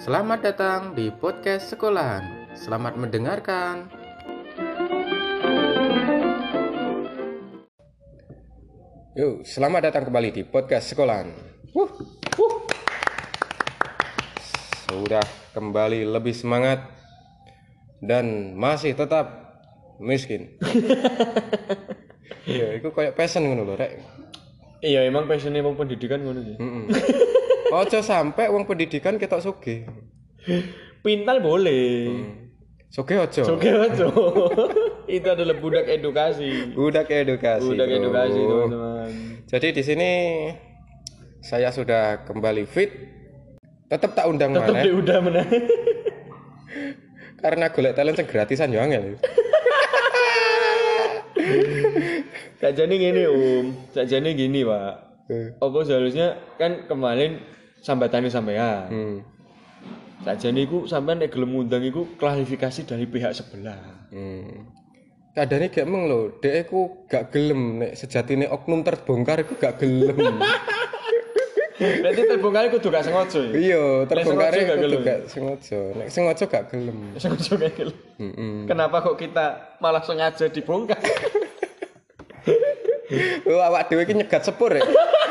Selamat datang di podcast sekolahan. Selamat mendengarkan. Yuk, selamat datang kembali di podcast sekolahan. Sudah kembali lebih semangat dan masih tetap miskin. Iya, itu kayak passion ngono lho, Rek. Iya, emang passionnya wong pendidikan ngono sih. Ojo sampai wong pendidikan ketok sugih. Pintal boleh. Sugih ojo. Oke, ojo. Itu adalah budak edukasi. Budak edukasi. Budak bro. edukasi, teman-teman. Jadi di sini saya sudah kembali fit. Tetap tak undang Tetep mana? udah menang. Karena golek talent sing gratisan yo angel. Sakjane ngene, Sakjane gini, Pak. Apa seharusnya kan kemarin sambatannya sampean. Sakjane iku sampean nek gelem ngundang iku klarifikasi dari pihak sebelah. Kadane gak meng lho, dhek iku gak gelem nek sejatine oknum terbongkar iku gak gelem. Berarti terbongkar kudu gak sengaja ya. Iya, terbongkar sengaja gak iku gelem. gak sengaja. Nek sengaja gak gelem. Sengaja gak gelem. Kenapa kok kita malah sengaja dibongkar? Oh, awak dhewe iki nyegat sepur ya.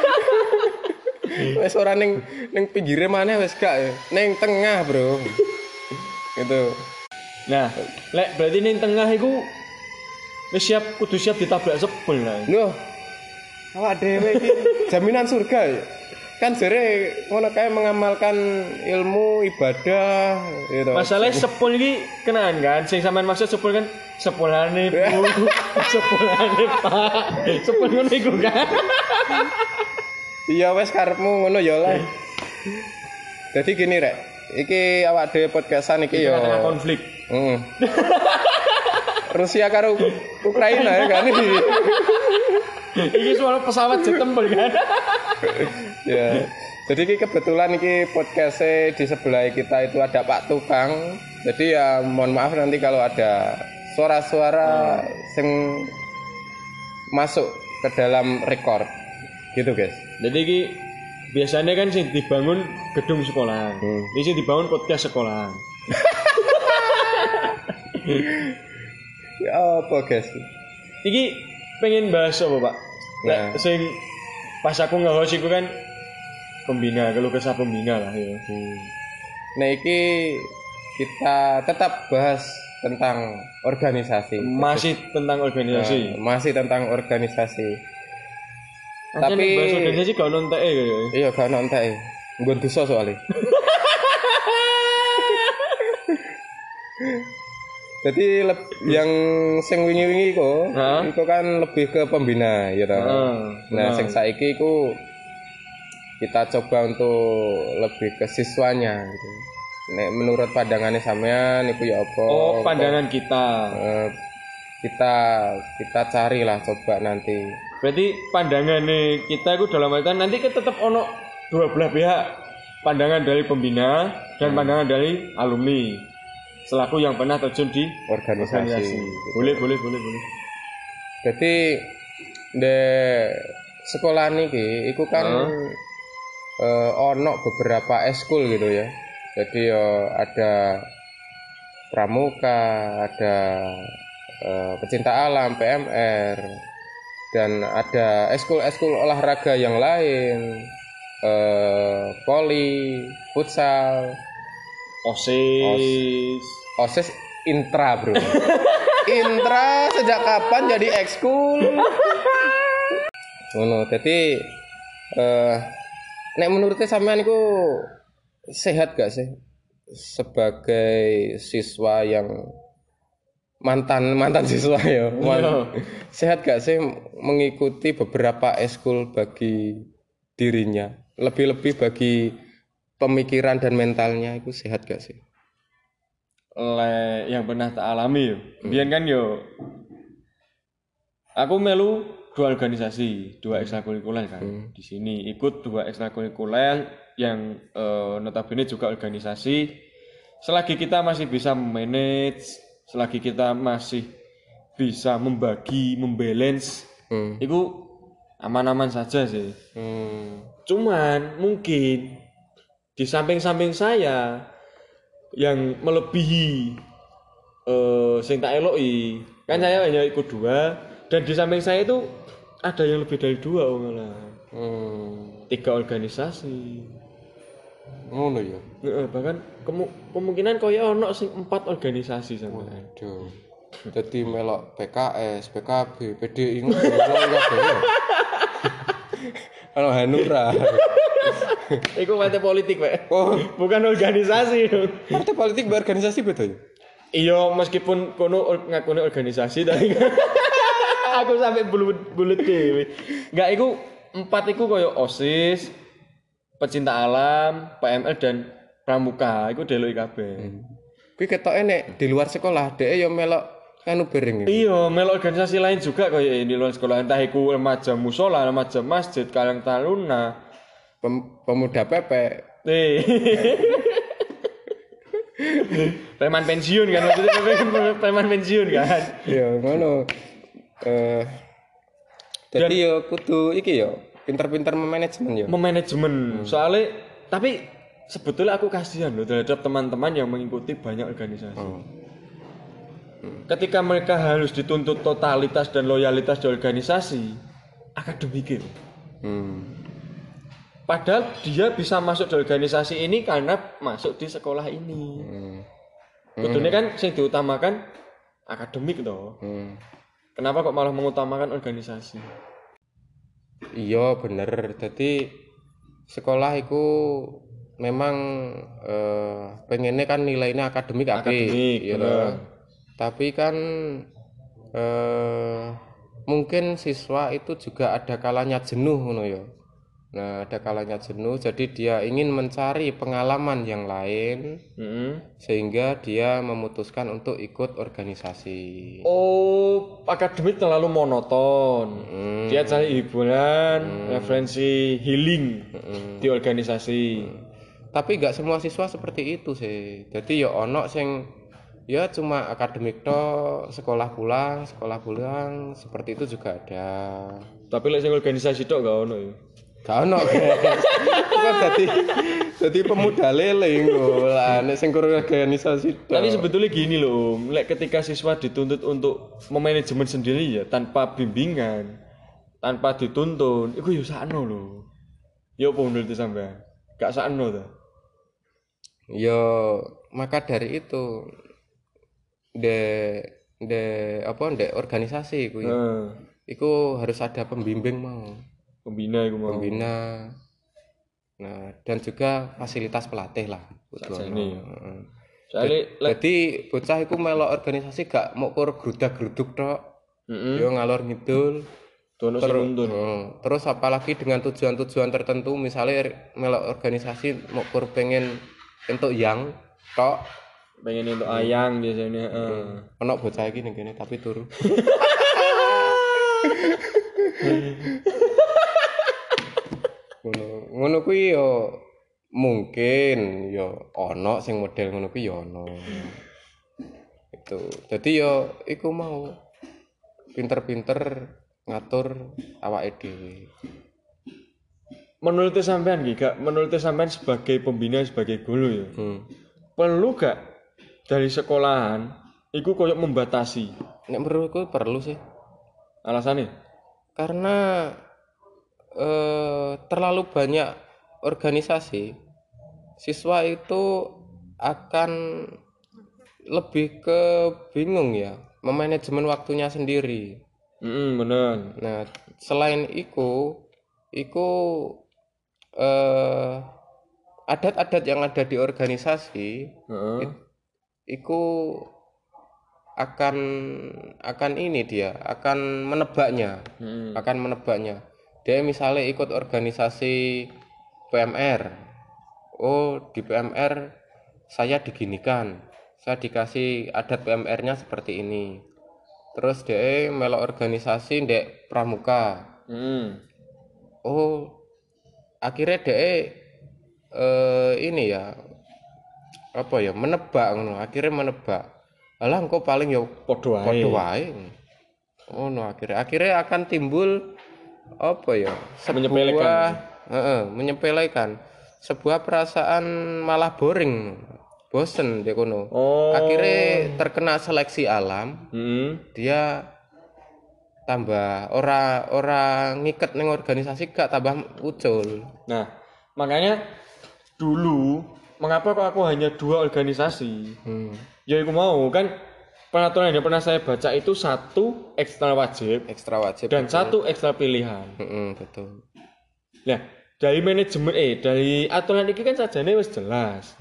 Wis ora ning pinggire maneh wis gak ya. Ning tengah, Bro. Gitu. Nah, lek berarti ning tengah iku wis kudu siap ditabrak sebel lah. Loh. Awak dhewe iki jaminan surga ya. Kan jere ngono kae mengamalkan ilmu ibadah gitu. Masalahnya sepul iki kenaan kan, sing sampean maksud sepul kan sepulane Bu, sepulane Pak. Sepul ngono iku kan. Iya wes karepmu ngono ya lah. Jadi gini rek, iki awak dhewe podcastan iki yo Tengah konflik. Rusia karo Ukraina ya kan iki. Iki soal pesawat jet tempur kan. Ya. Jadi iki kebetulan iki podcastnya di sebelah kita itu ada Pak Tukang. Jadi ya mohon maaf nanti kalau ada suara-suara sing masuk ke dalam record. Gitu guys. Jadi iki biasanya kan sing dibangun gedung sekolah. Ini sing dibangun podcast sekolah. Ya apa guys? Iki pengen bahas apa, Pak? Nah. Sing pas aku nge-host iku kan pembina, kalau kesah pembina lah ya. Nah iki kita tetap bahas tentang organisasi. Masih tentang organisasi. Masih tentang organisasi. Tapi bahas organisasi gak nontek ya. Iya gak nontek. Nggon dosa soalnya. Jadi yang sing wingi-wingi itu kan lebih ke pembina ya toh. Nah, sing saiki iku kita coba untuk lebih ke siswanya gitu. Nek menurut pandangannya sampean iku ya apa? Oh, pandangan kita. Kita carilah coba nanti. Berarti pandangannya kita itu dalam artian nanti kan tetap ono dua belah pihak. Pandangan dari pembina dan pandangan dari alumni. Selaku yang pernah terjun di organisasi. Boleh. Jadi di sekolah niki iku kan ono beberapa eskul gitu ya. Jadi ada pramuka, ada pecinta alam PMR, dan ada eskul olahraga yang lain, voli, futsal, OSIS intra bro. Intra sejak kapan jadi ekskul? Ngono. Jadi nek menurutnya sampean iku sehat gak sih sebagai siswa yang mantan siswa ya? Sehat gak sih mengikuti beberapa ekskul bagi dirinya? Lebih-lebih bagi pemikiran dan mentalnya itu sehat gak sih? Yang pernah tak alami yo. Biyen kan yo aku melu dua organisasi, dua ekstrakurikuler kan. Di sini ikut dua ekstrakurikuler yang notabene juga organisasi. Selagi kita masih bisa manage, selagi kita masih bisa membagi, membalance, itu aman-aman saja sih. Cuman mungkin di samping-samping saya yang melebihi sing tak eloki. Kan saya hanya ikut 2 dan di samping saya itu ada yang lebih dari 2 malah. 3 organisasi. Ngono ya. Bahkan kemungkinan koyo ono sing 4 organisasi sampean. Waduh. Dadi melok PKS, PKB, PDI ngono kabeh. Ono Hanura. Iku partai politik, Pak. Oh, Bukan organisasi. partai politik berorganisasi beda ya? Iya, meskipun kono ngakune organisasi tapi aku sampai bulet dhewe. Enggak, iku 4 iku koyo OSIS, pecinta alam, PML dan pramuka. Iku deloki kabeh. Kuwi ketoke nek di luar sekolah dhek ya melok anu bareng. Iya, melu organisasi lain juga kayak di luar sekolah, entah iku remaja musola, remaja masjid, Karang Taruna, Pemuda PP. Preman pensiun kan, maksudnya preman pensiun kan. Ya ngono. Jadi ya kudu iki ya, pinter-pinter memanajemen ya. Memanajemen. Soalnya tapi sebetulnya aku kasihan loh terhadap teman-teman yang mengikuti banyak organisasi. Ketika mereka harus dituntut totalitas dan loyalitas di organisasi, akademik itu. Padahal dia bisa masuk di organisasi ini karena masuk di sekolah ini. Betulnya kan yang diutamakan akademik toh. Kenapa kok malah mengutamakan organisasi? Iya bener. Jadi sekolah itu memang pengennya kan nilainya akademik Akademik, ya. Tapi kan mungkin siswa itu juga ada kalanya jenuh ngono ya. Nah, ada kalanya jenuh, jadi dia ingin mencari pengalaman yang lain, sehingga dia memutuskan untuk ikut organisasi. Oh, akademik terlalu monoton. Dia cari hiburan, referensi healing di organisasi. Tapi nggak semua siswa seperti itu sih. Jadi ya ono sing ya cuma akademik toh, sekolah pulang, seperti itu juga ada. Tapi lek sing organisasi tok gak ono ya. Gak ono kan jadi pemuda lele lah nek sing organisasi. Tapi sebetulnya gini loh, ketika siswa dituntut untuk memanajemen sendiri ya tanpa bimbingan, tanpa dituntun, itu ya sakno loh. Ya apa menurut sampean? Gak sakno ta? Ya maka dari itu de organisasi iku ya. Iku harus ada pembimbing mau. Pembina iku mau. Pembina. Nah, dan juga fasilitas pelatih lah. Sajane ya. Jadi bocah iku melok organisasi gak mau kur grudak-gruduk tok. Yo ngalor ngidul. Terus apalagi dengan tujuan-tujuan tertentu, misalnya melok organisasi mau kur pengen entuk yang tok, pengen entuk ayang biasanya. Ono bocah iki ning kene tapi turu. Ngono kuwi yo mungkin yo ono sing model ngono kuwi yo ono. Itu. Jadi yo iku mau pinter-pinter ngatur awake dhewe. Menurut sampean gak? Menurut sampean sebagai pembina, sebagai guru ya. Perlu gak dari sekolahan iku koyo membatasi? Nek menurutku perlu sih. Alasannya? Karena terlalu banyak organisasi, siswa itu akan lebih ke bingung ya memanajemen waktunya sendiri. Benar. Nah, selain iku adat-adat yang ada di organisasi iku akan ini dia akan menebaknya. Dia misalnya ikut organisasi PMR. Oh, di PMR saya diginikan. Saya dikasih adat PMR-nya seperti ini. Terus dia melok organisasi ndek pramuka. Oh, akhirnya dia ini ya apa ya menebak ngono. Akhirnya menebak. Alah engko paling ya padha wae. Oh, no, akhirnya akan timbul apa ya menyepelekan sebuah perasaan malah boring bosen dia kono. Oh. Akhirnya terkena seleksi alam. Dia tambah ora ngiket ning organisasi gak tambah ucul. Nah, makanya dulu mengapa kok aku hanya 2 organisasi? Ya aku mau kan peraturan yang pernah saya baca itu 1 ekstra wajib dan betul. 1 ekstra pilihan. Betul. Nah, dari manajemen dari aturan ini kan sajane wis jelas.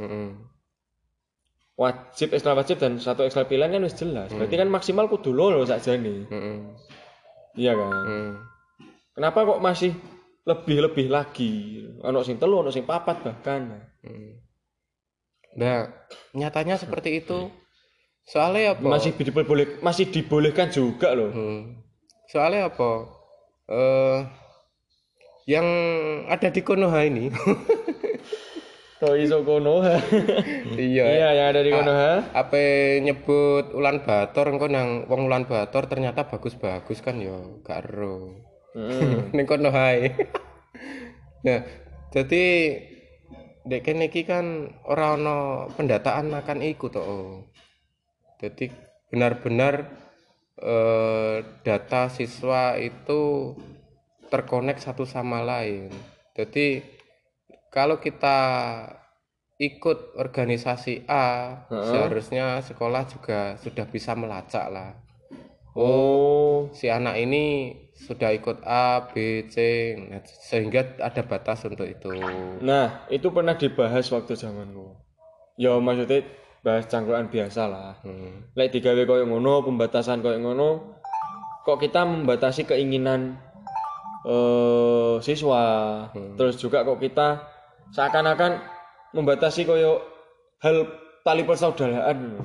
Wajib ekstra wajib dan 1 ekstra pilihan kan wis jelas. Berarti kan maksimal kudu loro sajane. Iya kan? Kenapa kok masih lebih lagi? Ono sing 3, ono sing 4 bahkan. Nah, nyatanya seperti itu. Soalnya apa? Masih dibolehkan juga loh. Soalnya apa? Yang ada di Konoha ini. Kok iso Konoha? Iya, yang ada di Konoha. Apa nyebut Ulan Bator engko nang wong Ulan Bator ternyata bagus-bagus kan ya gak ero. Ning Konoha. Nah, jadi dek kene iki kan ora ana pendataan akan iku to. Jadi benar-benar data siswa itu terkonek satu sama lain. Jadi kalau kita ikut organisasi A, seharusnya sekolah juga sudah bisa melacak lah. Oh, si anak ini sudah ikut A, B, C, sehingga ada batas untuk itu. Nah, itu pernah dibahas waktu zamanku. Ya maksudnya bahas cangkruan biasa lah. Lek digawe koyo ngono, pembatasan koyo ngono, kok kita membatasi keinginan siswa. Terus juga kok kita seakan-akan membatasi koyo hal tali persaudaraan.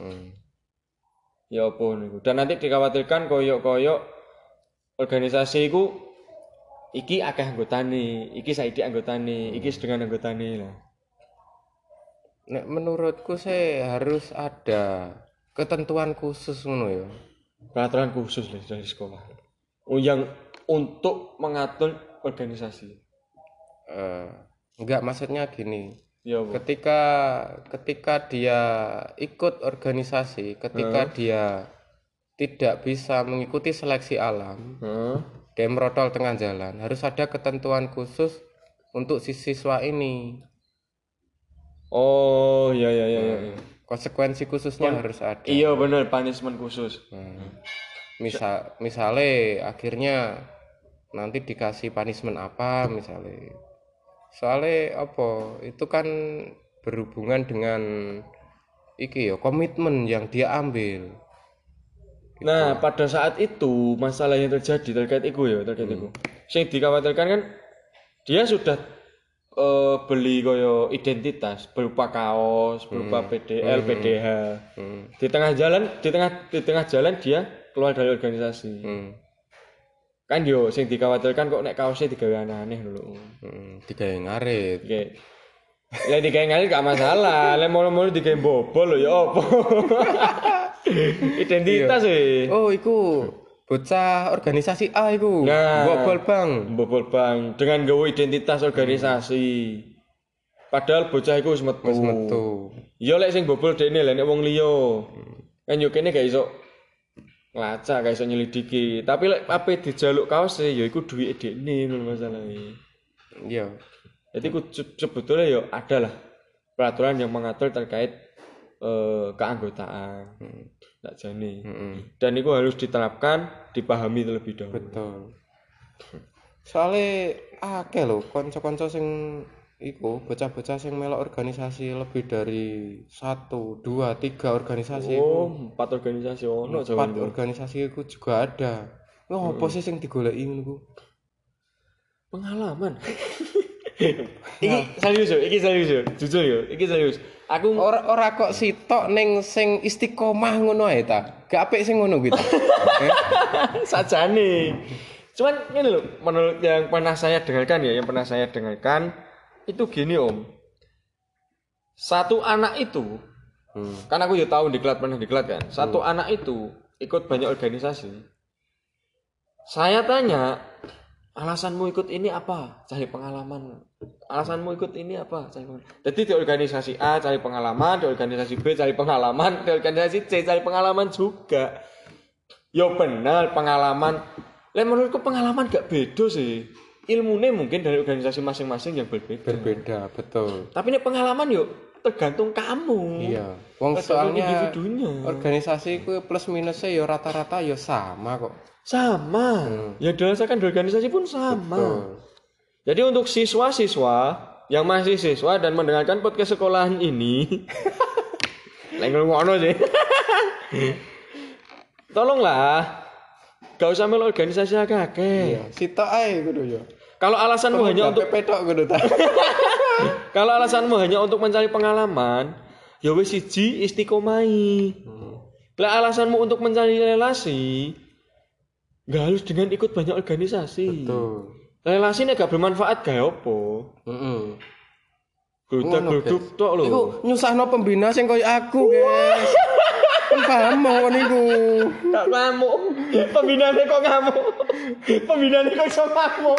Ya apa niku. Dan nanti dikhawatirkan koyo organisasi iku iki akeh anggotane, iki saiki anggotane, iki sedengah anggotane lah. Nek menurutku harus ada ketentuan khusus ngono ya. Peraturan khusus dari sekolah. Yang untuk mengatur organisasi. Enggak, maksudnya gini. Ya, ketika dia ikut organisasi, ketika dia tidak bisa mengikuti seleksi alam, dia merotol tengah jalan, harus ada ketentuan khusus untuk si siswa ini. Oh, iya. Konsekuensi khususnya harus ada. Iya benar, punishment khusus. Misalnya akhirnya nanti dikasih punishment apa misalnya. Soalnya apa? Itu kan berhubungan dengan komitmen yang dia ambil. Gitu. Nah, pada saat itu masalah yang terjadi terkait itu. Yang dikhawatirkan kan dia sudah beli koyo identitas berupa kaos, berupa PDL, PDH. Di tengah jalan dia keluar dari organisasi. Kan yo sing dikhawatirkan kok nek kaosnya digawe aneh-aneh lho. Digawe ngarit. Oke. Lek digawe ngarit gak masalah, lek mulu-mulu digawe bobol lho ya apa. Identitas e. Oh, iku bocah organisasi A iku. Bobol bang dengan gawe identitas organisasi. Padahal bocah iku wis metu. Ya lek sing bobol dene lek nek wong liya. Kan yo kene gak iso ngelacak, gak iso nyelidiki. Tapi lek ape dijaluk kaos ya iku duwike dekne ngono masalahe. Iya. Jadi sebetulnya ya ada lah peraturan yang mengatur terkait keanggotaan. Tak jane. Dan itu harus diterapkan, dipahami terlebih dahulu. Betul. Soale akeh lho kanca-kanca sing iku bocah-bocah sing melok organisasi lebih dari 1, 2, 3 organisasi. Oh, 4 organisasi ono jaman 4 organisasi iku juga ada. Apa sih sing digoleki ngono iku? Pengalaman. Iki serius. Jujur yo, iki serius. Aku ora kok sitok ning sing istiqomah ngono ae ta. Gak apik sing ngono gitu. Sajane. Cuman ngene lho, menurut yang pernah saya dengarkan itu gini Om. Satu anak itu kan aku ya tahu pernah diklat kan. Satu anak itu ikut banyak organisasi. Saya tanya, alasanmu ikut ini apa? Cari pengalaman. Alasanmu ikut ini apa? Cari pengalaman. Jadi di organisasi A cari pengalaman, di organisasi B cari pengalaman, di organisasi C cari pengalaman juga. Yo benar pengalaman. Menurutku pengalaman gak beda sih. Ilmunya mungkin dari organisasi masing-masing yang berbeda. Berbeda, betul. Tapi ini pengalaman yuk tergantung kamu. Iya. Wong soalnya individunya. Organisasi ku plus minusnya ya rata-rata ya sama kok. Sama. Yang dirasakan di organisasi pun sama. Betul. Jadi untuk siswa-siswa yang masih siswa dan mendengarkan podcast sekolahan ini, lengkel ngono sih. Tolonglah, gak usah melu organisasi akeh. Iya, sitok ae kudu ya. Kalau alasanmu hanya untuk petok kudu ta. Kalau alasanmu hanya untuk mencari pengalaman, ya wis siji istiqomai. Lah alasanmu untuk mencari relasi, gak harus dengan ikut banyak organisasi. Betul. Relasi ini gak bermanfaat gak opo. Heeh. Guduk tok lho. Iku nyusahno pembina sing koyo aku, guys. Kan paham mau niku. Gak ngamuk. Pembinane kok ngamuk. Pembinane kok iso ngamuk.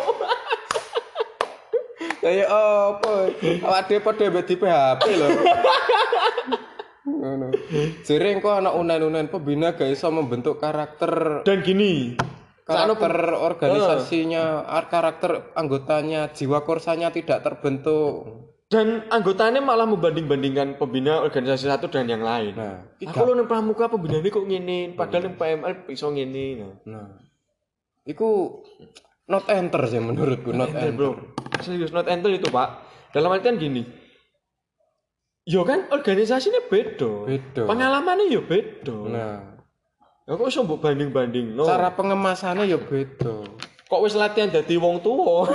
Kayak apa? Awak dhewe padha mbek di PHP lho. Ngono. Jere engko ana unen-unen pembina gak iso membentuk karakter Dan gini, karakter organisasinya, karakter anggotanya, jiwa korsanya tidak terbentuk. dan anggotanya malah membanding-bandingkan pembina organisasi satu dengan yang lain. Nah, Aku lho nang pramuka pembina ini kok ngene, padahal nang PML iso ngene. nah. Iku not enter sih menurutku, not enter. Bro. Serius not enter itu, Pak. Dalam artian gini. Yo kan organisasinya beda. Beda. Pengalamannya yo beda. Nah, Ya kok iso mbok banding-banding, no. cara pengemasannya ya beda. Kok wis latihan dadi wong tuwa.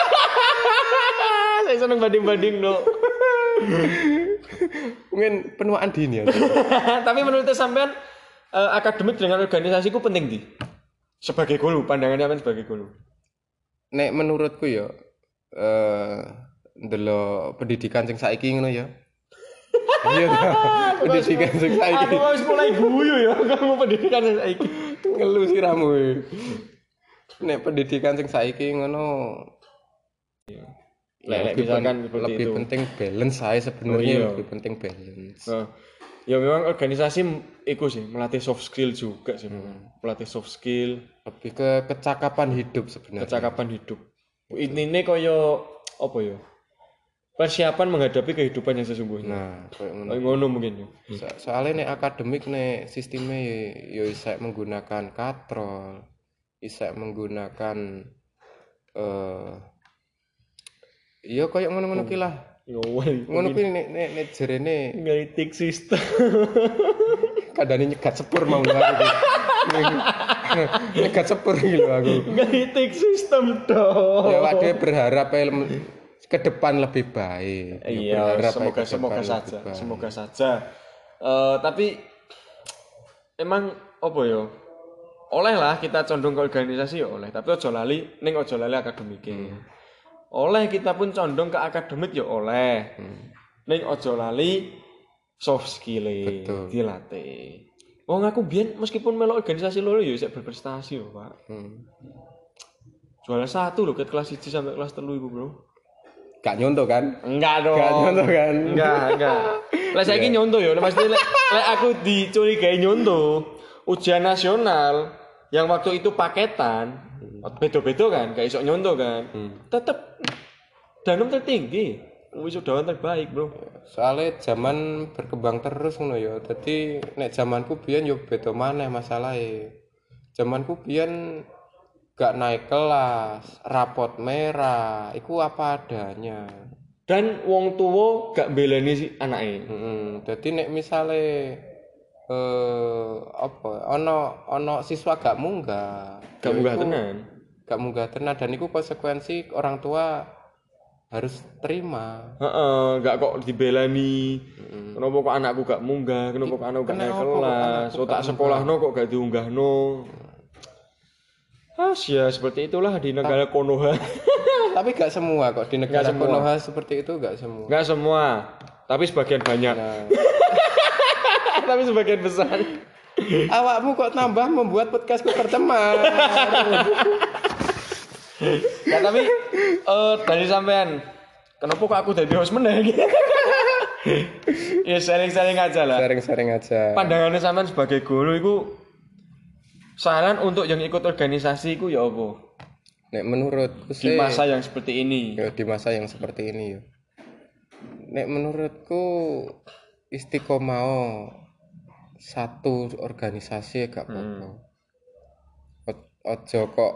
Saya seneng banding-banding, no. Mungkin penuaan dini ya. Tapi menurut sampean akademik dengan organisasi ku penting di. Sebagai guru, pandangannya sampean sebagai guru. Nek menurutku ya ndelok pendidikan sing saiki ngono ya. Iya ta. Pendidikan sing saiki. Aku wis mulai guyu ya kamu pendidikan sing saiki. Ngelu siramu. Nek pendidikan sing saiki ngono Misalkan seperti lebih itu. penting balance saya sebenarnya Oh, iya. lebih penting balance. Nah, ya memang organisasi iku sih melatih soft skill juga sih. Melatih soft skill, Lebih ke kecakapan hidup sebenarnya. kecakapan hidup. Intine koyo apa ya? Persiapan menghadapi kehidupan yang sesungguhnya. Nah, kayak ngono. Ngono mungkin ya. Soalnya nek akademik nek sistemnya ya bisa menggunakan katrol, bisa menggunakan iya kayak ngono-ngono ki lah. Ngono ki nek jerene Ngelitik sistem. kadane nyegat sepur mau aku. Nyegat sepur iki lho aku. Ngelitik sistem dong. Ya wae berharap ke depan lebih baik. Iya, Berharap semoga ke depan lebih saja, baik. semoga saja. Tapi emang apa ya? Oleh lah kita condong ke organisasi ya oleh, tapi ojo lali akademik. Oleh kita pun condong ke akademik ya oleh. Ning ojo lali soft skill dilatih. Wong aku biyen meskipun melu organisasi loro ya isih berprestasi lho, Pak. Juara 1 lho ket kelas 1 sampai kelas 3 iku, Bro. Gak nyontoh kan? Enggak dong. Gak nyontoh kan? Enggak. Lah saiki nyontoh ya, maksudnya lek aku dicurigai nyontoh ujian nasional yang waktu itu paketan, beda-beda kan, gak iso nyontoh kan. Tetep danem tertinggi, wisudawan terbaik, Bro. Soalnya zaman berkembang terus ngono ya. Dadi nek zamanku biyen yo beda maneh masalahe. Zamanku biyen gak naik kelas, rapot merah, iku apa adanya. Dan wong tuwa gak mbeleni si anake. Dadi nek misale ono siswa gak munggah tenan. Gak munggah tenan dan iku konsekuensi orang tua harus terima. Gak kok dibelani. Kenapa kok anakku gak munggah? Kenapa kok anakku gak naik kelas? Tak sekolahno kok gak diunggahno. Ya seperti itulah di negara Konoha. Tapi gak semua kok di negara Konoha seperti itu, gak semua. Gak semua, tapi sebagian banyak. Nah. Tapi sebagian besar. Awakmu kok tambah membuat podcastku tercemar. Ya tapi dari sampean kenapa kok aku jadi host meneh iki? Ya sharing-sharing aja lah. Sharing-sharing aja. Pandangannya sampean sebagai guru itu saran untuk yang ikut organisasi itu ya apa? Nek menurutku Di masa yang seperti ini. Ya di masa yang seperti ini ya. Nek menurutku istiqomah satu organisasi gak apa-apa. Ojo kok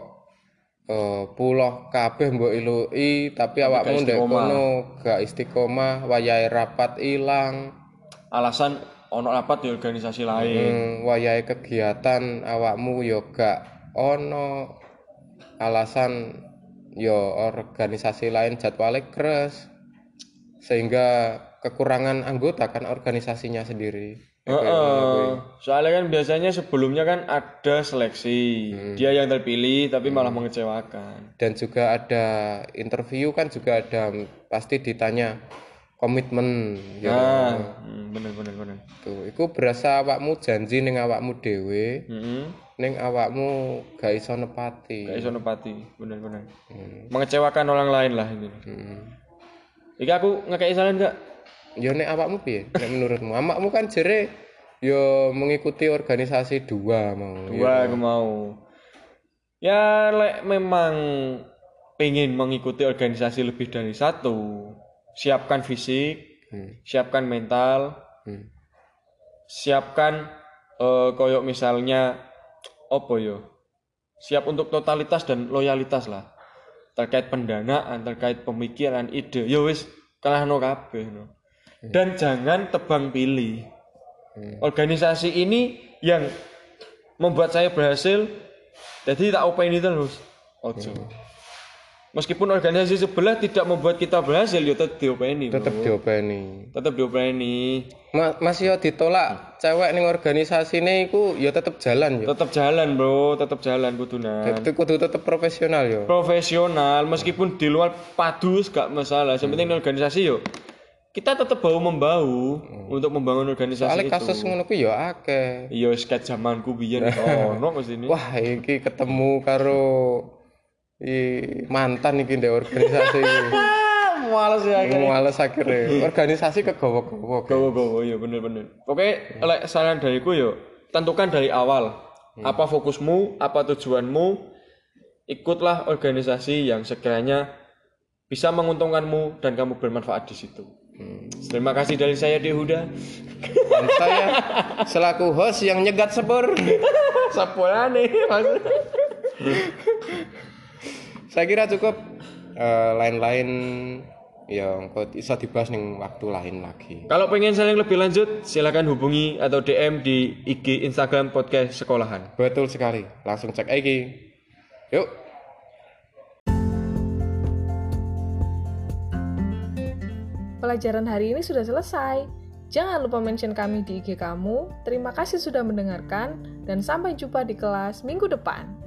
puloh kabeh mbok iluki tapi awakmu ndek kono gak istiqomah, wayahe rapat ilang. Alasan ono rapat di organisasi lain. Wayahe kegiatan awakmu ya gak ono. Alasan ya organisasi lain jadwalnya keras. Sehingga kekurangan anggota kan organisasinya sendiri. Soalnya kan biasanya sebelumnya kan ada seleksi, dia yang terpilih tapi malah mengecewakan. Dan juga ada interview kan juga ada pasti ditanya komitmen. Ya, bener. Tuh, itu berasa awakmu janji ning awakmu dhewe, ning awakmu gak iso nepati. Bener. Mengecewakan orang lain lah ini. Iki aku ngekei saran gak? Ya nek awakmu piye? Nek menurutmu? Awakmu kan jere ya mengikuti organisasi dua mau. Aku mau. Ya lek memang pengen mengikuti organisasi lebih dari satu, siapkan fisik, siapkan mental, siapkan koyok misalnya apa yo? Siap untuk totalitas dan loyalitas lah. Terkait pendanaan, terkait pemikiran, ide. Ya wis kalahno kabeh no. Dan jangan tebang pilih. Organisasi ini yang membuat saya berhasil, jadi tak openi terus. Ojo. Meskipun organisasi sebelah tidak membuat kita berhasil, ya tetap diopeni. Tetap diopeni. Mas yo ditolak cewek ning organisasine iku ya tetap jalan yo. Tetap jalan, Bro. Tetap jalan kudunan. Kudu tetap profesional yo. Profesional meskipun di luar padus gak masalah. Yang penting organisasi yo. Kita tetap bahu-membahu untuk membangun organisasi soalnya itu. Kasus ngono ku ya akeh. Iya, sket zamanku biyen ono mestine. Wah, iki ketemu karo mantan iki ndek organisasi iki. Males akhirnya. Organisasi kegowo-gowo. Gowo-gowo iya bener. Oke, lek saran dariku yo, tentukan dari awal. Apa fokusmu, apa tujuanmu? Ikutlah organisasi yang sekiranya bisa menguntungkanmu dan kamu bermanfaat di situ. Terima kasih dari saya Dehuda. Dan saya selaku host yang nyegat sepur. Sapolane Mas. Saya kira cukup. Lain-lain yang bisa dibahas ning waktu lain lagi. Kalau pengen saling lebih lanjut, silakan hubungi atau DM di IG Instagram Podcast Sekolahan. Betul sekali. Langsung cek IG. Yuk. Pelajaran hari ini sudah selesai. Jangan lupa mention kami di IG kamu. Terima kasih sudah mendengarkan dan sampai jumpa di kelas minggu depan.